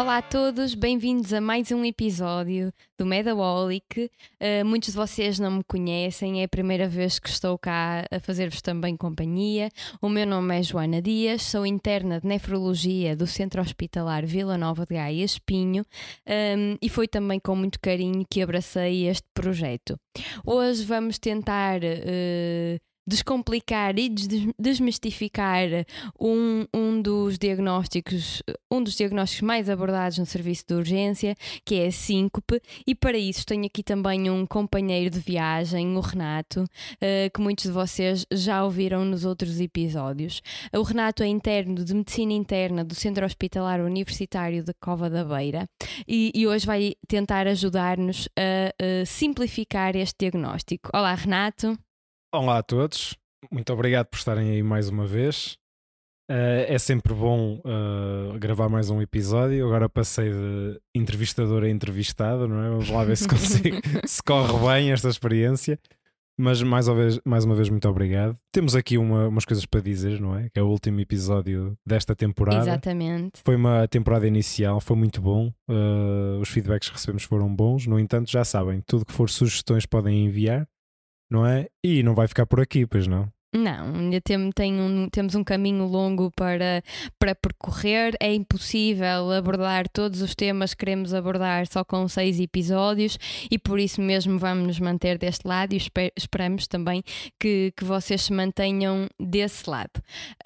Olá a todos, bem-vindos a mais um episódio do Medaholic. Muitos de vocês não me conhecem, é a primeira vez que estou cá a fazer-vos também companhia. O meu nome é Joana Dias, sou interna de Nefrologia do Centro Hospitalar Vila Nova de Gaia Espinho, e foi também com muito carinho que abracei este projeto. Hoje vamos tentar descomplicar e desmistificar um dos diagnósticos mais abordados no serviço de urgência, que é a síncope, e para isso tenho aqui também um companheiro de viagem, o Renato, que muitos de vocês já ouviram nos outros episódios. O Renato é interno de Medicina Interna do Centro Hospitalar Universitário de Cova da Beira e hoje vai tentar ajudar-nos a simplificar este diagnóstico. Olá, Renato. Olá a todos, muito obrigado por estarem aí mais uma vez. É sempre bom gravar mais um episódio. Agora passei de entrevistador a entrevistado, não é? Vamos lá ver se consigo, se corre bem esta experiência. Mas mais uma vez, muito obrigado. Temos aqui umas coisas para dizer, não é? Que é o último episódio desta temporada. Exatamente. Foi uma temporada inicial, foi muito bom. Os feedbacks que recebemos foram bons. No entanto, já sabem, tudo que for sugestões podem enviar. Não é? E não vai ficar por aqui, pois não? Não, ainda temos um caminho longo para percorrer. É impossível abordar todos os temas que queremos abordar só com 6 episódios e por isso mesmo vamos nos manter deste lado e esperamos também que vocês se mantenham desse lado.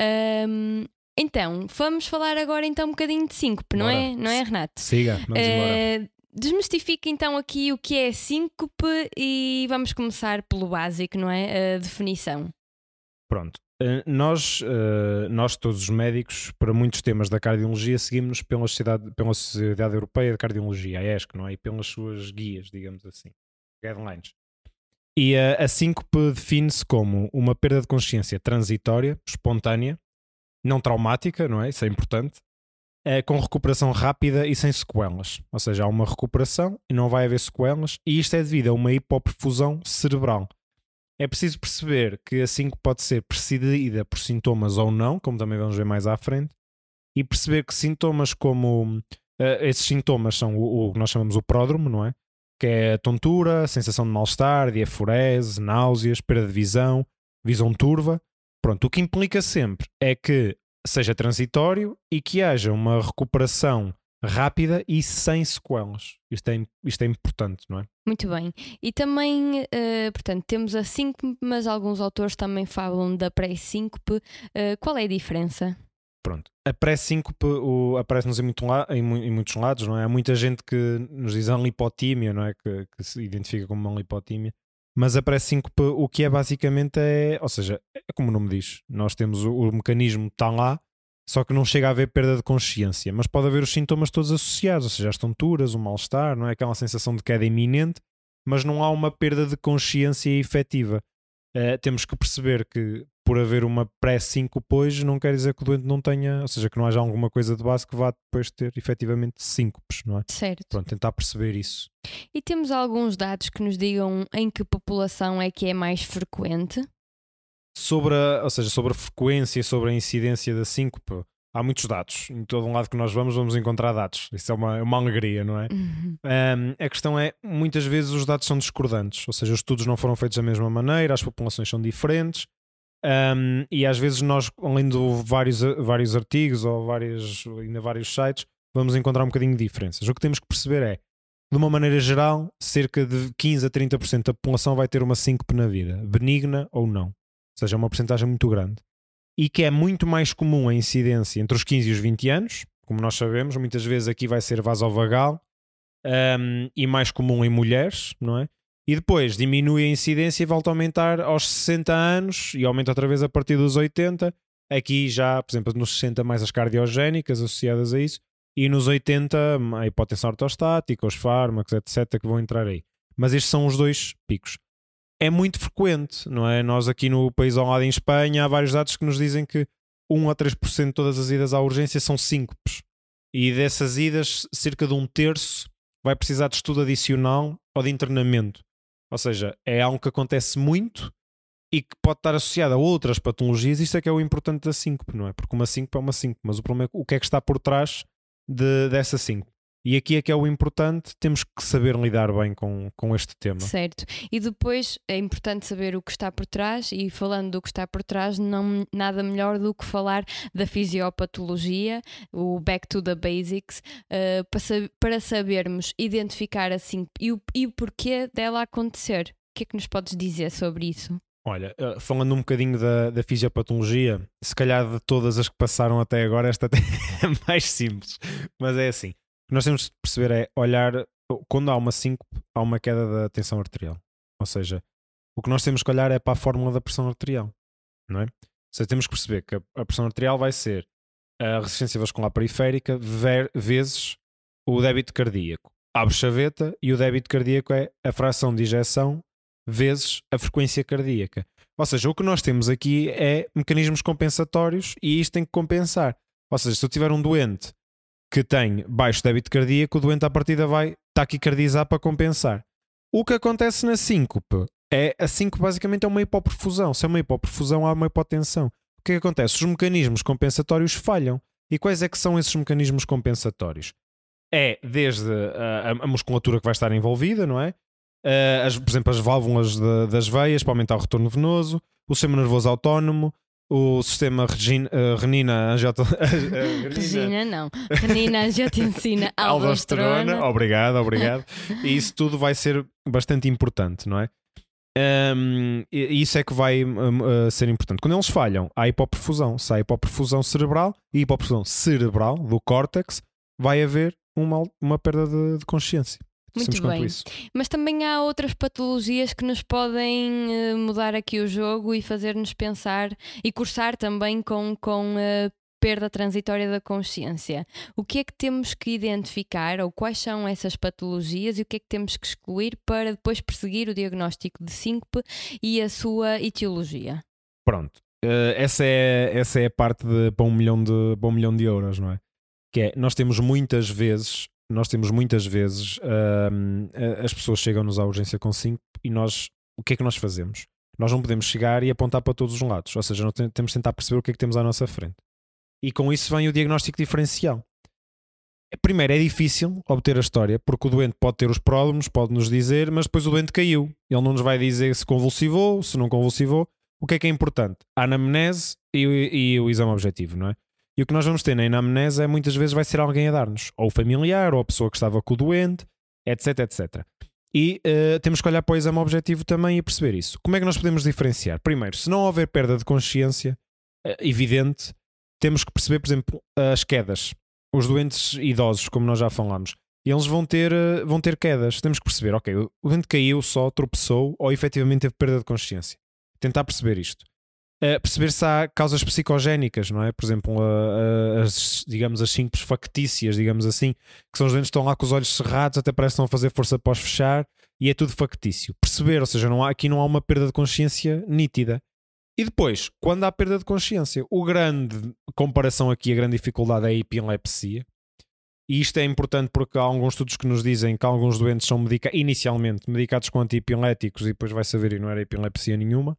Então, vamos falar agora então um bocadinho de síncope, não é, Renato? Siga, vamos embora. Desmistifica então aqui o que é síncope e vamos começar pelo básico, não é? A definição. Pronto. Nós todos os médicos, para muitos temas da cardiologia, seguimos pela Sociedade Europeia de Cardiologia, a ESC, não é? E pelas suas guias, digamos assim, guidelines. E a síncope define-se como uma perda de consciência transitória, espontânea, não traumática, não é? Isso é importante. Com recuperação rápida e sem sequelas. Ou seja, há uma recuperação e não vai haver sequelas, e isto é devido a uma hipoperfusão cerebral. É preciso perceber que a síncope pode ser precedida por sintomas ou não, como também vamos ver mais à frente, e perceber que sintomas como... esses sintomas são o que nós chamamos o pródromo, não é? Que é a tontura, sensação de mal-estar, diaforese, náuseas, perda de visão, visão turva. Pronto, o que implica sempre é que seja transitório e que haja uma recuperação rápida e sem sequelas. Isto é importante, não é? Muito bem. E também, portanto, temos a síncope, mas alguns autores também falam da pré-síncope. Qual é a diferença? Pronto. A pré-síncope aparece-nos em muitos lados, não é? Há muita gente que nos diz anlipotímia, não é? Que se identifica como anlipotímia. Mas a pré-síncope, o que é basicamente ou seja, é como o nome diz, nós temos o mecanismo está lá, só que não chega a haver perda de consciência, mas pode haver os sintomas todos associados, ou seja, as tonturas, o mal-estar, não é? Aquela sensação de queda iminente, mas não há uma perda de consciência efetiva. Temos que perceber que por haver uma pré-síncope hoje não quer dizer que o doente não tenha, ou seja, que não haja alguma coisa de base que vá depois ter efetivamente síncopes, não é? Certo. Pronto, tentar perceber isso. E temos alguns dados que nos digam em que população é que é mais frequente? Sobre a frequência e sobre a incidência da síncope, há muitos dados. Em todo um lado que nós vamos encontrar dados. Isso é uma alegria, não é? Uhum. A questão é, muitas vezes os dados são discordantes, ou seja, os estudos não foram feitos da mesma maneira, as populações são diferentes, e às vezes nós, além de vários artigos ou ainda vários sites, vamos encontrar um bocadinho de diferenças. O que temos que perceber é, de uma maneira geral, cerca de 15 a 30% da população vai ter uma síncope na vida, benigna ou não. Ou seja, é uma porcentagem muito grande. E que é muito mais comum a incidência entre os 15 e os 20 anos, como nós sabemos, muitas vezes aqui vai ser vasovagal, e mais comum em mulheres, não é? E depois diminui a incidência e volta a aumentar aos 60 anos e aumenta outra vez a partir dos 80. Aqui já, por exemplo, nos 60 mais as cardiogénicas associadas a isso, e nos 80 a hipotensão ortostática, os fármacos, etc., que vão entrar aí. Mas estes são os dois picos. É muito frequente, não é? Nós aqui no país ao lado, em Espanha, há vários dados que nos dizem que 1 a 3% de todas as idas à urgência são síncopes. E dessas idas, cerca de 1/3 vai precisar de estudo adicional ou de internamento. Ou seja, é algo que acontece muito e que pode estar associado a outras patologias. Isto é que é o importante da síncope, não é? Porque uma síncope é uma síncope, mas o problema é o que é que está por trás dessa síncope. E aqui é que é o importante, temos que saber lidar bem com este tema. Certo. E depois é importante saber o que está por trás, e falando do que está por trás, não nada melhor do que falar da fisiopatologia, o back to the basics, para sabermos identificar assim e o porquê dela acontecer. O que é que nos podes dizer sobre isso? Olha, falando um bocadinho da fisiopatologia, se calhar de todas as que passaram até agora, esta até é mais simples, mas é assim. O que nós temos de perceber é olhar, quando há uma síncope, há uma queda da tensão arterial. Ou seja, o que nós temos que olhar é para a fórmula da pressão arterial, não é? Ou seja, temos que perceber que a pressão arterial vai ser a resistência vascular periférica vezes o débito cardíaco. Abre chaveta e o débito cardíaco é a fração de ejeção vezes a frequência cardíaca. Ou seja, o que nós temos aqui é mecanismos compensatórios e isto tem que compensar. Ou seja, se eu tiver um doente que tem baixo débito cardíaco, o doente à partida vai taquicardizar para compensar. O que acontece na síncope é, a síncope basicamente é uma hipoperfusão. Se é uma hipoperfusão, há uma hipotensão. O que é que acontece? Os mecanismos compensatórios falham. E quais é que são esses mecanismos compensatórios? É desde a musculatura que vai estar envolvida, não é? Por exemplo, as válvulas das veias para aumentar o retorno venoso, o sistema nervoso autónomo, o sistema renina-angiotensina aldosterona. Obrigado. E isso tudo vai ser bastante importante, não é? E isso é que vai ser importante. Quando eles falham, há hipoperfusão. Se há hipoperfusão cerebral e hipoperfusão cerebral do córtex, vai haver uma perda de consciência. Muito bem, mas também há outras patologias que nos podem mudar aqui o jogo e fazer-nos pensar e cursar também com perda transitória da consciência. O que é que temos que identificar, ou quais são essas patologias, e o que é que temos que excluir para depois perseguir o diagnóstico de síncope e a sua etiologia? Pronto, essa é a parte para 1 milhão de euros, não é? Que é, nós temos muitas vezes as pessoas chegam-nos à urgência com síncope e nós, o que é que nós fazemos? Nós não podemos chegar e apontar para todos os lados, ou seja, nós temos de tentar perceber o que é que temos à nossa frente. E com isso vem o diagnóstico diferencial. Primeiro, é difícil obter a história, porque o doente pode ter os pródromos, pode nos dizer, mas depois o doente caiu. Ele não nos vai dizer se convulsivou, se não convulsivou. O que é importante? A anamnese e o exame objetivo, não é? E o que nós vamos ter na anamnese é, muitas vezes vai ser alguém a dar-nos, ou o familiar, ou a pessoa que estava com o doente, etc. E temos que olhar para o exame objetivo também e perceber isso. Como é que nós podemos diferenciar? Primeiro, se não houver perda de consciência evidente, temos que perceber, por exemplo, as quedas. Os doentes idosos, como nós já falámos, eles vão ter quedas. Temos que perceber, ok, o doente caiu só, tropeçou, ou efetivamente teve perda de consciência. Tentar perceber isto. Perceber se há causas psicogénicas, não é? Por exemplo, digamos as síncopes factícias, digamos assim, que são os doentes que estão lá com os olhos cerrados, até parece que estão a fazer força após fechar, e é tudo factício. Perceber, ou seja, aqui não há uma perda de consciência nítida. E depois, quando há perda de consciência, a grande dificuldade é a epilepsia. E isto é importante porque há alguns estudos que nos dizem que alguns doentes são inicialmente medicados com antiepiléticos e depois vai saber e não era epilepsia nenhuma.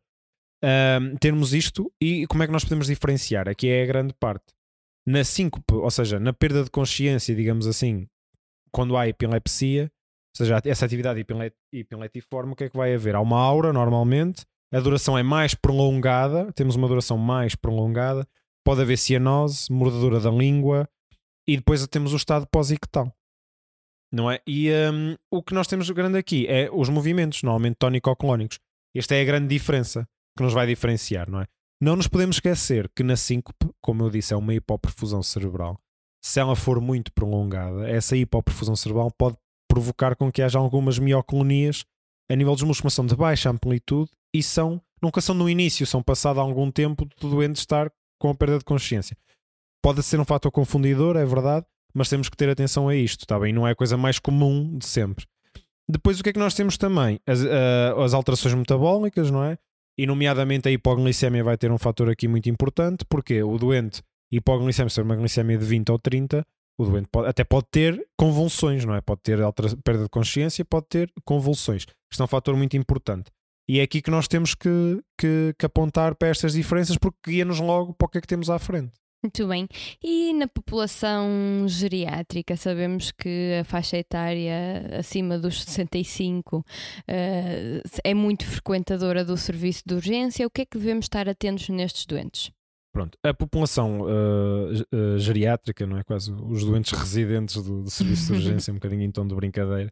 Termos isto, e como é que nós podemos diferenciar? Aqui é a grande parte. Na síncope, ou seja, na perda de consciência, digamos assim, quando há epilepsia, ou seja, essa atividade epiletiforme, o que é que vai haver? Há uma aura, normalmente, a duração é mais prolongada, temos uma duração mais prolongada, pode haver cianose, mordedura da língua, e depois temos o estado pós-ictal, não é? E o que nós temos grande aqui é os movimentos, normalmente tónico-clónicos. Esta é a grande diferença que nos vai diferenciar, não é? Não nos podemos esquecer que na síncope, como eu disse, é uma hipoperfusão cerebral. Se ela for muito prolongada, essa hipoperfusão cerebral pode provocar com que haja algumas mioclonias a nível dos músculos, são de baixa amplitude e nunca são no início, são passado algum tempo do doente estar com a perda de consciência. Pode ser um fator confundidor, é verdade, mas temos que ter atenção a isto, está bem? Não é a coisa mais comum de sempre. Depois, o que é que nós temos também? As alterações metabólicas, não é? E nomeadamente a hipoglicemia vai ter um fator aqui muito importante, porque o doente hipoglicemia, se for uma glicemia de 20 ou 30, o doente até pode ter convulsões, não é? Pode ter perda de consciência, pode ter convulsões. Isto é um fator muito importante. E é aqui que nós temos que apontar para estas diferenças, porque guia-nos logo para o que é que temos à frente. Muito bem. E na população geriátrica, sabemos que a faixa etária acima dos 65 é muito frequentadora do serviço de urgência. O que é que devemos estar atentos nestes doentes? Pronto, a população geriátrica, não é? Quase os doentes residentes do serviço de urgência, um bocadinho em tom de brincadeira.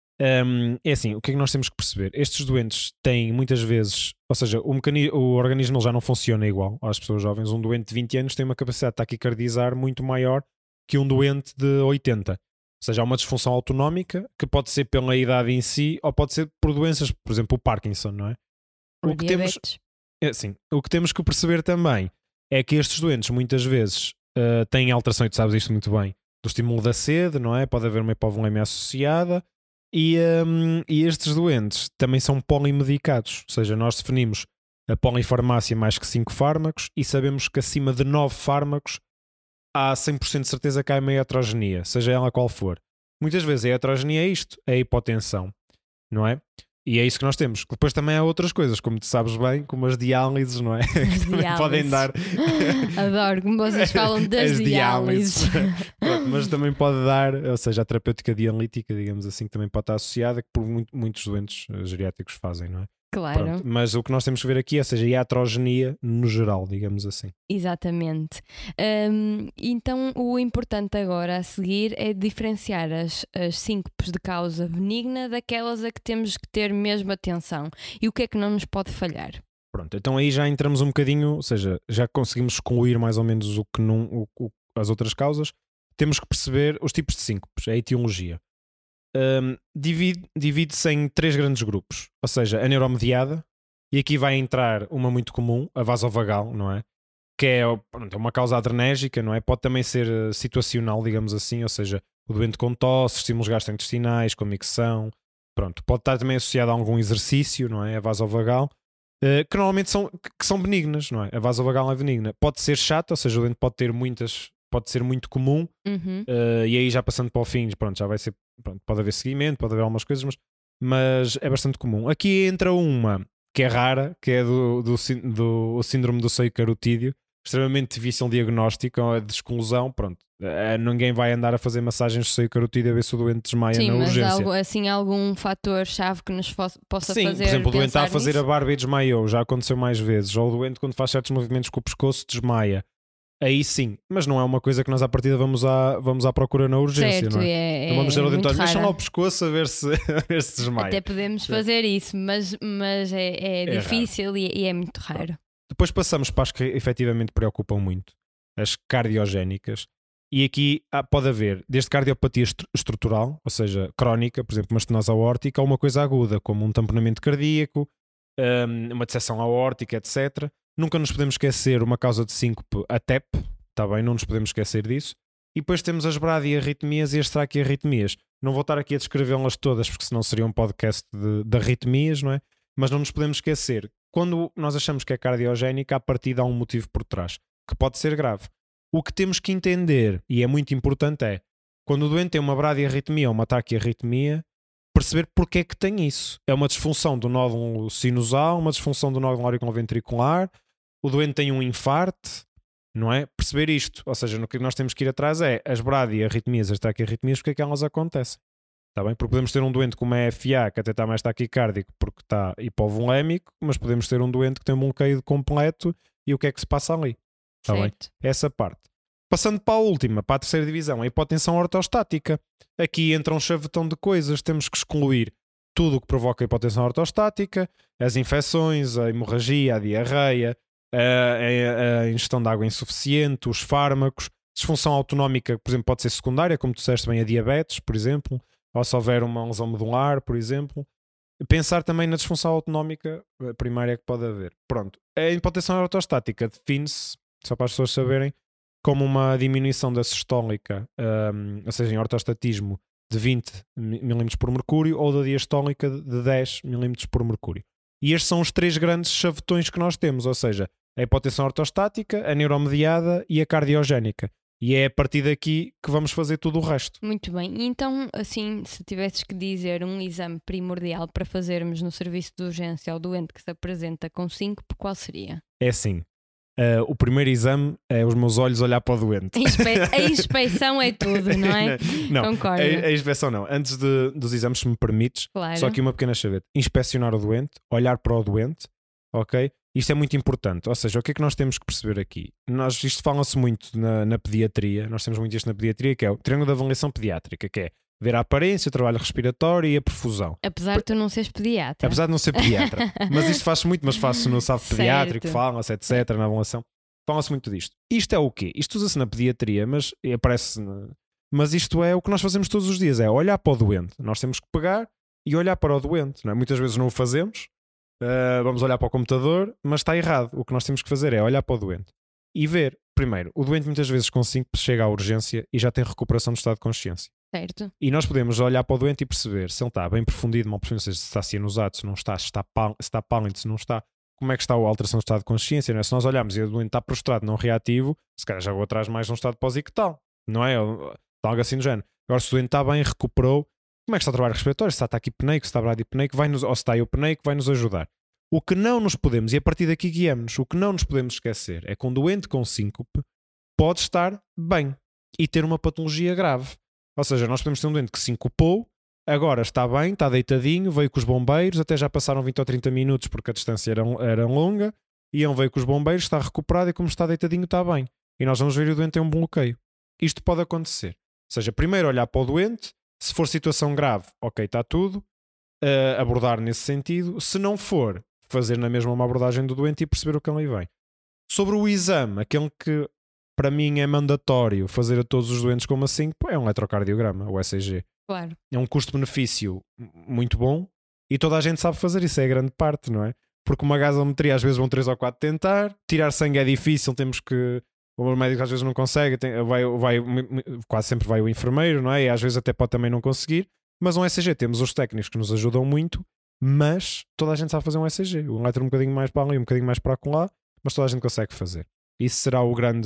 É assim, o que é que nós temos que perceber? Estes doentes têm muitas vezes, ou seja, o organismo já não funciona igual às pessoas jovens. Um doente de 20 anos tem uma capacidade de taquicardizar muito maior que um doente de 80. Ou seja, há uma disfunção autonómica que pode ser pela idade em si ou pode ser por doenças, por exemplo, o Parkinson, não é? O diabetes. O que temos que perceber também é que estes doentes muitas vezes têm alteração, e tu sabes isto muito bem, do estímulo da sede, não é? Pode haver uma hipovolemia associada. E estes doentes também são polimedicados, ou seja, nós definimos a polifarmácia mais que 5 fármacos e sabemos que acima de 9 fármacos há 100% de certeza que há uma heterogenia, seja ela qual for. Muitas vezes a heterogenia é isto, é a hipotensão, não é? E é isso que nós temos. Depois também há outras coisas, como tu sabes bem, como as diálises, não é? Que também podem dar. Adoro como vocês falam das diálises. Pronto, mas também pode dar, ou seja, a terapêutica dialítica, digamos assim, que também pode estar associada, que por muitos doentes geriátricos fazem, não é? Claro. Pronto, mas o que nós temos que ver aqui é, ou seja, a heterogenia no geral, digamos assim. Exatamente. Então, o importante agora a seguir é diferenciar as síncopes de causa benigna daquelas a que temos que ter mesmo atenção. E o que é que não nos pode falhar? Pronto, então aí já entramos um bocadinho, ou seja, já conseguimos excluir mais ou menos o que não, as outras causas. Temos que perceber os tipos de síncopes, a etiologia. Divide-se em 3 grandes grupos, ou seja, a neuromediada, e aqui vai entrar uma muito comum, a vasovagal, não é? Que é, pronto, é uma causa adrenérgica, não é? Pode também ser situacional, digamos assim, ou seja, o doente com tosse, estímulos gastrointestinais, com micção, pronto, pode estar também associado a algum exercício, não é? A vasovagal, que normalmente são benignas, não é? A vasovagal é benigna. Pode ser chata, ou seja, o doente pode ter muitas, pode ser muito comum, e aí já passando para o fim, pronto, já vai ser, pronto, pode haver seguimento, pode haver algumas coisas, mas é bastante comum. Aqui entra uma que é rara, que é do síndrome do seio carotídeo, extremamente difícil diagnóstico, a de exclusão, pronto. Ninguém vai andar a fazer massagens de seio carotídeo a ver se o doente desmaia na urgência. Sim, mas assim algum fator-chave que nos possa Sim, fazer por exemplo, o doente está a fazer nisso? a barba e desmaiou, já aconteceu mais vezes. Ou o doente quando faz certos movimentos com o pescoço desmaia. Aí sim, mas não é uma coisa que nós à partida vamos à procura na urgência, certo, não é? Não vamos dizer ao doente, olha, deixa lá o pescoço a ver se desmaia. Até podemos fazer isso, mas é difícil e é muito raro. Depois passamos para as que efetivamente preocupam muito, as cardiogénicas, e aqui pode haver desde cardiopatia estrutural, ou seja, crónica, por exemplo, uma estenose aórtica, ou uma coisa aguda, como um tamponamento cardíaco, uma disseção aórtica, etc. Nunca nos podemos esquecer uma causa de síncope, a TEP, está bem, não nos podemos esquecer disso. E depois temos as bradiarritmias e as traquiarritmias. Não vou estar aqui a descrevê-las todas, porque senão seria um podcast de arritmias, não é? Mas não nos podemos esquecer, quando nós achamos que é cardiogénica, a partir há um motivo por trás, que pode ser grave. O que temos que entender, e é muito importante, é quando o doente tem uma bradiarritmia ou uma taquiarritmia, perceber porque é que tem isso. É uma disfunção do nódulo sinusal, uma disfunção do nódulo auriculoventricular, o doente tem um infarto, não é? Perceber isto. Ou seja, no que nós temos que ir atrás é as bradiarritmias, as taquiarritmias, porque é que elas acontecem. Está bem? Porque podemos ter um doente com uma FA que até está mais taquicárdico porque está hipovolémico, mas podemos ter um doente que tem um bloqueio completo e o que é que se passa ali? Está bem? Essa parte. Passando para a última, para a terceira divisão, a hipotensão ortostática. Aqui entra um chavetão de coisas. Temos que excluir tudo o que provoca a hipotensão ortostática, as infecções, a hemorragia, a diarreia, a ingestão de água insuficiente, os fármacos, disfunção autonómica, por exemplo, pode ser secundária, como tu disseste bem, a diabetes, por exemplo, ou se houver uma lesão medular, por exemplo. Pensar também na disfunção autonómica primária que pode haver. Pronto. A hipotensão ortostática define-se, só para as pessoas saberem, como uma diminuição da sistólica, ou seja, em ortostatismo, de 20 mm por mercúrio ou da diastólica de 10 mm por mercúrio. E estes são os 3 grandes chavetões que nós temos, ou seja, a hipotensão ortostática, a neuromediada e a cardiogénica. E é a partir daqui que vamos fazer tudo o resto. Muito bem. E então, assim, se tivesses que dizer um exame primordial para fazermos no serviço de urgência ao doente que se apresenta com síncope, qual seria? É assim, O primeiro exame é os meus olhos olhar para o doente. A inspeção é tudo, não é? Não, Concordo. a inspeção não. Antes dos exames, se me permites, Claro. só aqui uma pequena chaveta. Inspecionar o doente, olhar para o doente, ok? Isto é muito importante. Ou seja, o que é que nós temos que perceber aqui? Isto fala-se muito na pediatria, nós temos muito isto na pediatria, que é o triângulo de avaliação pediátrica, que é ver a aparência, o trabalho respiratório e a perfusão. Apesar de tu não seres pediatra. Apesar de não ser pediatra. Mas isto faz-se muito, mas faz-se no sábado pediátrico, fala-se, etc., na avaliação. Fala-se muito disto. Isto é o quê? Isto usa-se na pediatria, mas aparece... Mas isto é o que nós fazemos todos os dias, é olhar para o doente. Nós temos que pegar e olhar para o doente. Não é? Muitas vezes não o fazemos, vamos olhar para o computador, mas está errado. O que nós temos que fazer é olhar para o doente e ver, primeiro, o doente muitas vezes com síncope chega à urgência e já tem recuperação do estado de consciência. Certo. E nós podemos olhar para o doente e perceber se ele está bem profundido, mal profundido, se está cianosado, se não está, se está pálido, se não está, como é que está a alteração do estado de consciência, não é? Se nós olharmos e o doente está prostrado, não reativo, se calhar já vou atrás mais num estado pós-ictal, não é? Ou algo assim do género. Agora, se o doente está bem, recuperou, como é que está o trabalho respiratório? Se está taquipneico, se está bradipneico, ou se está eupneico, vai nos ajudar. O que não nos podemos, e a partir daqui guiamos, o que não nos podemos esquecer é que um doente com síncope pode estar bem e ter uma patologia grave. Ou seja, nós podemos ter um doente que sincopou, agora está bem, está deitadinho, veio com os bombeiros, até já passaram 20 ou 30 minutos porque a distância era longa, veio com os bombeiros, está recuperado e como está deitadinho está bem. E nós vamos ver e o doente tem um bloqueio. Isto pode acontecer. Ou seja, primeiro olhar para o doente, se for situação grave, ok, está tudo, abordar nesse sentido. Se não for, fazer na mesma uma abordagem do doente e perceber o que ali vem. Sobre o exame, aquele que para mim é mandatório fazer a todos os doentes como assim, é um eletrocardiograma, o ECG. Claro. É um custo-benefício muito bom e toda a gente sabe fazer isso, é a grande parte, não é? Porque uma gasometria às vezes vão 3 ou 4 tentar, tirar sangue é difícil, temos que... O médico às vezes não consegue, quase sempre vai o enfermeiro, não é? E às vezes até pode também não conseguir, mas um ECG temos os técnicos que nos ajudam muito, mas toda a gente sabe fazer um ECG. O eletro um bocadinho mais para ali, um bocadinho mais para acolá, mas toda a gente consegue fazer. Isso será o grande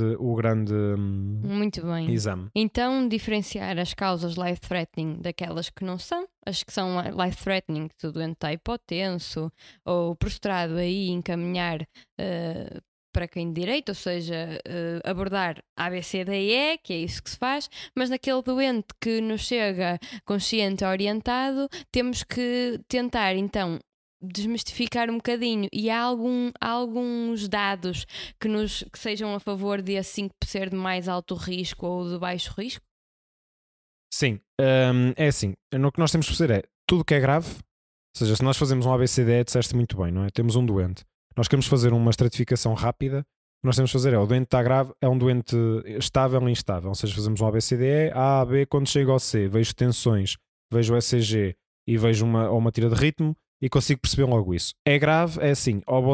Muito bem. exame. Então, diferenciar as causas life-threatening daquelas que não são, as que são life-threatening, que o doente está hipotenso ou prostrado, aí encaminhar para quem de direito, ou seja, abordar ABCDE, que é isso que se faz, mas naquele doente que nos chega consciente e orientado, temos que tentar então desmistificar um bocadinho. E há alguns dados que sejam a favor de assim ser de mais alto risco ou de baixo risco? Sim, é assim, o que nós temos que fazer é tudo que é grave, ou seja, se nós fazemos um ABCDE, disseste muito bem, não é? Temos um doente, nós queremos fazer uma estratificação rápida, o que nós temos que fazer é, o doente está grave, é um doente estável e instável, ou seja, fazemos um ABCDE, A, B, quando chego ao C, vejo tensões, vejo o ECG e vejo uma tira de ritmo e consigo perceber logo isso. É grave, é assim, ou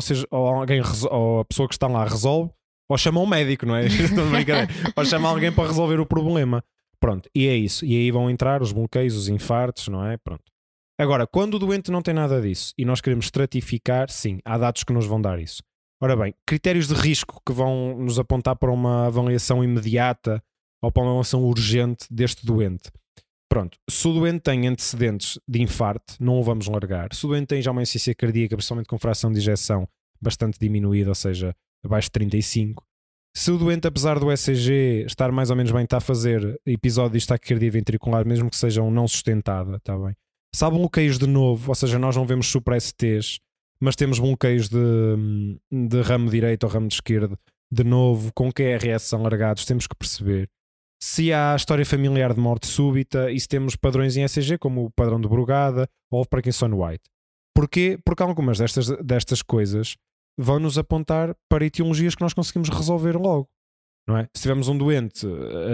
a pessoa que está lá resolve, ou chama um médico, não é? Ou chama alguém para resolver o problema. Pronto, e é isso. E aí vão entrar os bloqueios, os infartos, não é? Pronto. Agora, quando o doente não tem nada disso e nós queremos estratificar, sim, há dados que nos vão dar isso. Ora bem, critérios de risco que vão nos apontar para uma avaliação imediata ou para uma avaliação urgente deste doente. Pronto, se o doente tem antecedentes de infarto, não o vamos largar. Se o doente tem já uma insuficiência cardíaca, principalmente com fração de ejeção bastante diminuída, ou seja, abaixo de 35. Se o doente, apesar do ECG estar mais ou menos bem, está a fazer episódios de taquicardia ventricular, mesmo que sejam não sustentada, está bem? Se há bloqueios de novo, ou seja, nós não vemos supra-STs, mas temos bloqueios de ramo direito ou ramo de esquerdo, de novo, com QRS alargados, temos que perceber. Se há história familiar de morte súbita e se temos padrões em ECG, como o padrão de Brugada ou Parkinson-White. Porquê? Porque algumas destas coisas vão nos apontar para etiologias que nós conseguimos resolver logo, não é? Se tivermos um doente,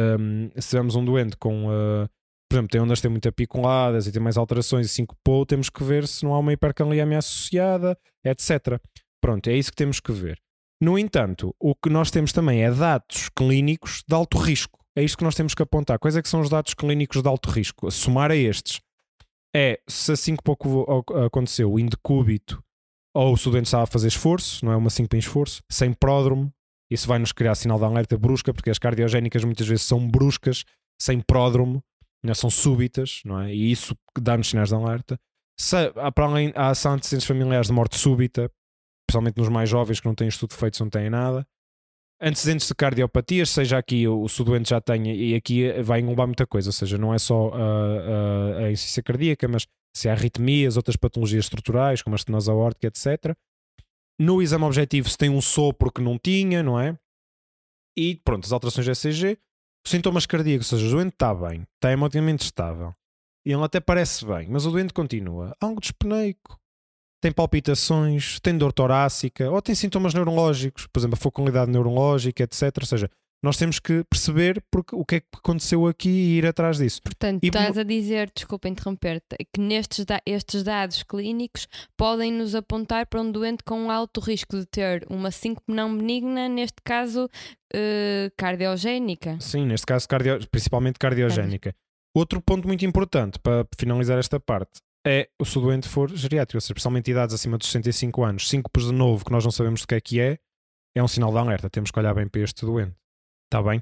com, por exemplo, tem ondas que têm muito apiculadas e tem mais alterações e sincopou, temos que ver se não há uma hipercaliemia associada, etc. Pronto, é isso que temos que ver. No entanto, o que nós temos também é dados clínicos de alto risco. É isto que nós temos que apontar. Quais é que são os dados clínicos de alto risco? A somar a estes é se assim que pouco aconteceu o indecúbito ou se o doente estava a fazer esforço, não é uma síncope em esforço, sem pródromo, isso vai nos criar sinal de alerta brusca, porque as cardiogénicas muitas vezes são bruscas, sem pródromo, não é? São súbitas, não é? E isso dá-nos sinais de alerta. Para além, há antecedentes familiares de morte súbita, principalmente nos mais jovens que não têm estudo feito, não têm nada. antecedentes de cardiopatias, seja aqui se o doente já tenha, e aqui vai englobar muita coisa, ou seja, não é só a insuficiência cardíaca, mas se há arritmias, outras patologias estruturais, como a estenose aórtica, etc. No exame objetivo, se tem um sopro que não tinha, não é? E pronto, as alterações de ECG, sintomas cardíacos, ou seja, o doente está bem, está hemodinamicamente estável, e ele até parece bem, mas o doente continua algo dispneico, tem palpitações, tem dor torácica, ou tem sintomas neurológicos, por exemplo, a focalidade neurológica, etc. Ou seja, nós temos que perceber o que é que aconteceu aqui e ir atrás disso. Portanto, estás a dizer, desculpa interromper-te, que estes dados clínicos podem nos apontar para um doente com alto risco de ter uma síncope não benigna, neste caso cardiogénica. Sim, neste caso principalmente cardiogénica. Outro ponto muito importante para finalizar esta parte é se o doente for geriátrico, ou seja, especialmente idades acima dos 65 anos, síncopes de novo que nós não sabemos o que é um sinal de alerta. Temos que olhar bem para este doente. Está bem?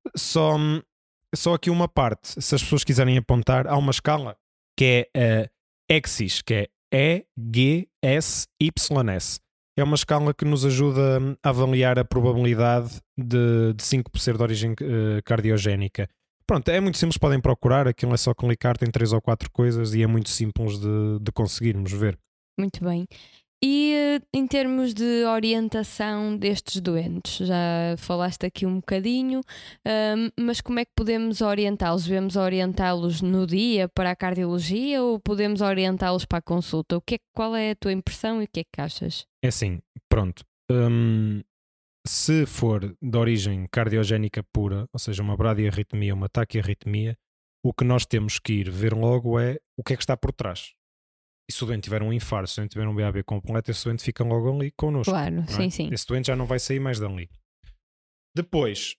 Só aqui uma parte, se as pessoas quiserem apontar, há uma escala que é a EGSYS, que é EGSYS. É uma escala que nos ajuda a avaliar a probabilidade de síncope ser de origem cardiogénica. Pronto, é muito simples, podem procurar, aquilo é só clicar, tem 3 ou 4 coisas e é muito simples de conseguirmos ver. Muito bem. E em termos de orientação destes doentes, já falaste aqui um bocadinho, mas como é que podemos orientá-los? Devemos orientá-los no dia para a cardiologia ou podemos orientá-los para a consulta? Qual é a tua impressão e o que é que achas? É assim, pronto. Se for de origem cardiogénica pura, ou seja, uma bradiarritmia, uma taquiarritmia, o que nós temos que ir ver logo é o que é que está por trás. E se o doente tiver um infarto, se o doente tiver um BAB completo, esse doente fica logo ali connosco. Claro, sim, sim. Esse doente já não vai sair mais dali. Depois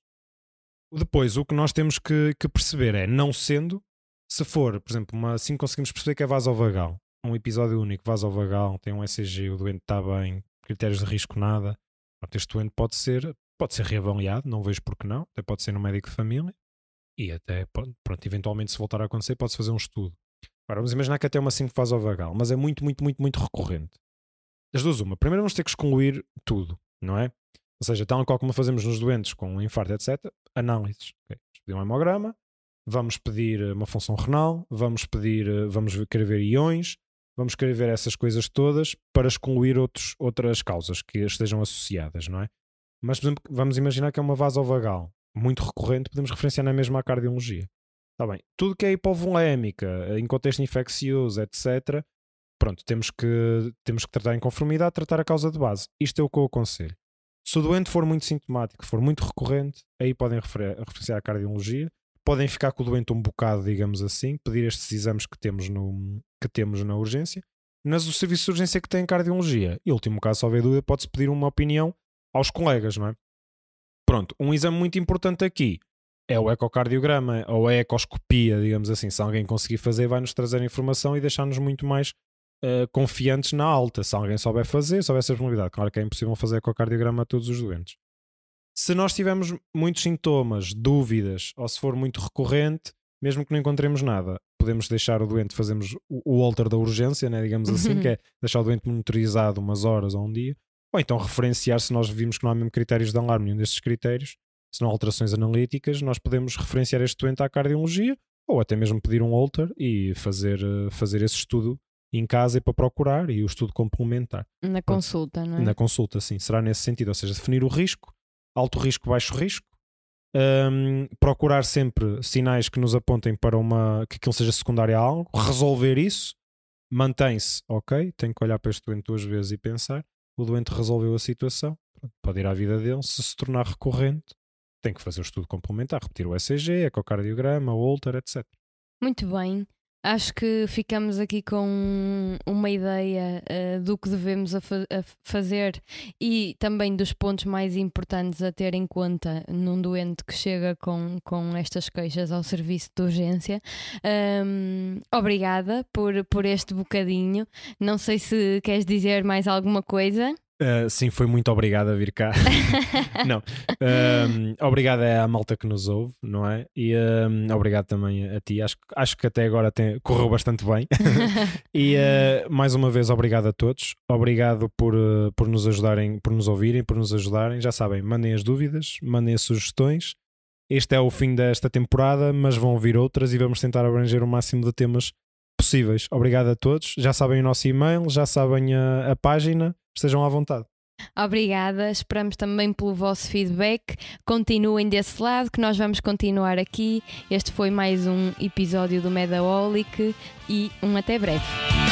o que nós temos que perceber é, não sendo, se for, por exemplo, assim conseguimos perceber que é vasovagal, um episódio único vasovagal, tem um ECG, o doente está bem, critérios de risco nada, este doente pode ser reavaliado, não vejo porque não, até pode ser no médico de família e até, pronto, eventualmente se voltar a acontecer pode-se fazer um estudo. Agora, vamos imaginar que até uma síncope vasovagal, mas é muito, muito, muito, muito recorrente. Das duas uma, primeiro vamos ter que excluir tudo, não é? Ou seja, tal qual como fazemos nos doentes com infarto, etc., análises. Okay. Vamos pedir um hemograma, vamos pedir uma função renal, vamos querer ver iões, vamos querer ver essas coisas todas para excluir outras causas que estejam associadas, não é? Mas, por exemplo, vamos imaginar que é uma vasovagal muito recorrente, podemos referenciar na mesma à cardiologia. Está bem. Tudo que é hipovolémica, em contexto infeccioso, etc., pronto, temos que tratar em conformidade, tratar a causa de base. Isto é o que eu aconselho. Se o doente for muito sintomático, for muito recorrente, aí podem referenciar a cardiologia, podem ficar com o doente um bocado, digamos assim, pedir estes exames que temos na urgência. Mas o serviço de urgência que tem cardiologia, e último caso, se houver dúvida, pode-se pedir uma opinião aos colegas, não é? Pronto, um exame muito importante aqui é o ecocardiograma ou a ecoscopia, digamos assim. Se alguém conseguir fazer, vai-nos trazer informação e deixar-nos muito mais confiantes na alta. Se alguém souber fazer, souber essa probabilidade. Claro que é impossível fazer ecocardiograma a todos os doentes. Se nós tivermos muitos sintomas, dúvidas, ou se for muito recorrente, mesmo que não encontremos nada, podemos deixar o doente, fazemos o Holter da urgência, né, digamos assim, que é deixar o doente monitorizado umas horas ou um dia, ou então referenciar, se nós vimos que não há mesmo critérios de alarme, nenhum destes critérios, se não há alterações analíticas, nós podemos referenciar este doente à cardiologia, ou até mesmo pedir um Holter e fazer esse estudo em casa e para procurar, e o estudo complementar. Na consulta, não é? Na consulta, sim. Será nesse sentido, ou seja, definir o risco, alto risco, baixo risco, procurar sempre sinais que nos apontem para que aquilo seja secundário a algo, resolver isso, mantém-se, ok, tenho que olhar para este doente 2 vezes e pensar, o doente resolveu a situação, pode ir à vida dele, se tornar recorrente, tem que fazer o estudo complementar, repetir o ECG, ecocardiograma, Holter, etc. Muito bem. Acho que ficamos aqui com uma ideia do que devemos fazer e também dos pontos mais importantes a ter em conta num doente que chega com estas queixas ao serviço de urgência. Obrigada por este bocadinho. Não sei se queres dizer mais alguma coisa. Sim, foi muito obrigado a vir cá. Não, obrigado à malta que nos ouve, não é? E obrigado também a ti. Acho que até agora correu bastante bem. E mais uma vez, obrigado a todos. Obrigado por nos ajudarem, por nos ouvirem, por nos ajudarem. Já sabem, mandem as dúvidas, mandem as sugestões. Este é o fim desta temporada, mas vão vir outras e vamos tentar abranger o máximo de temas possíveis. Obrigado a todos. Já sabem o nosso e-mail, já sabem a página. Estejam à vontade. Obrigada, esperamos também pelo vosso feedback. Continuem desse lado, que nós vamos continuar aqui. Este foi mais um episódio do Medaholic e até breve.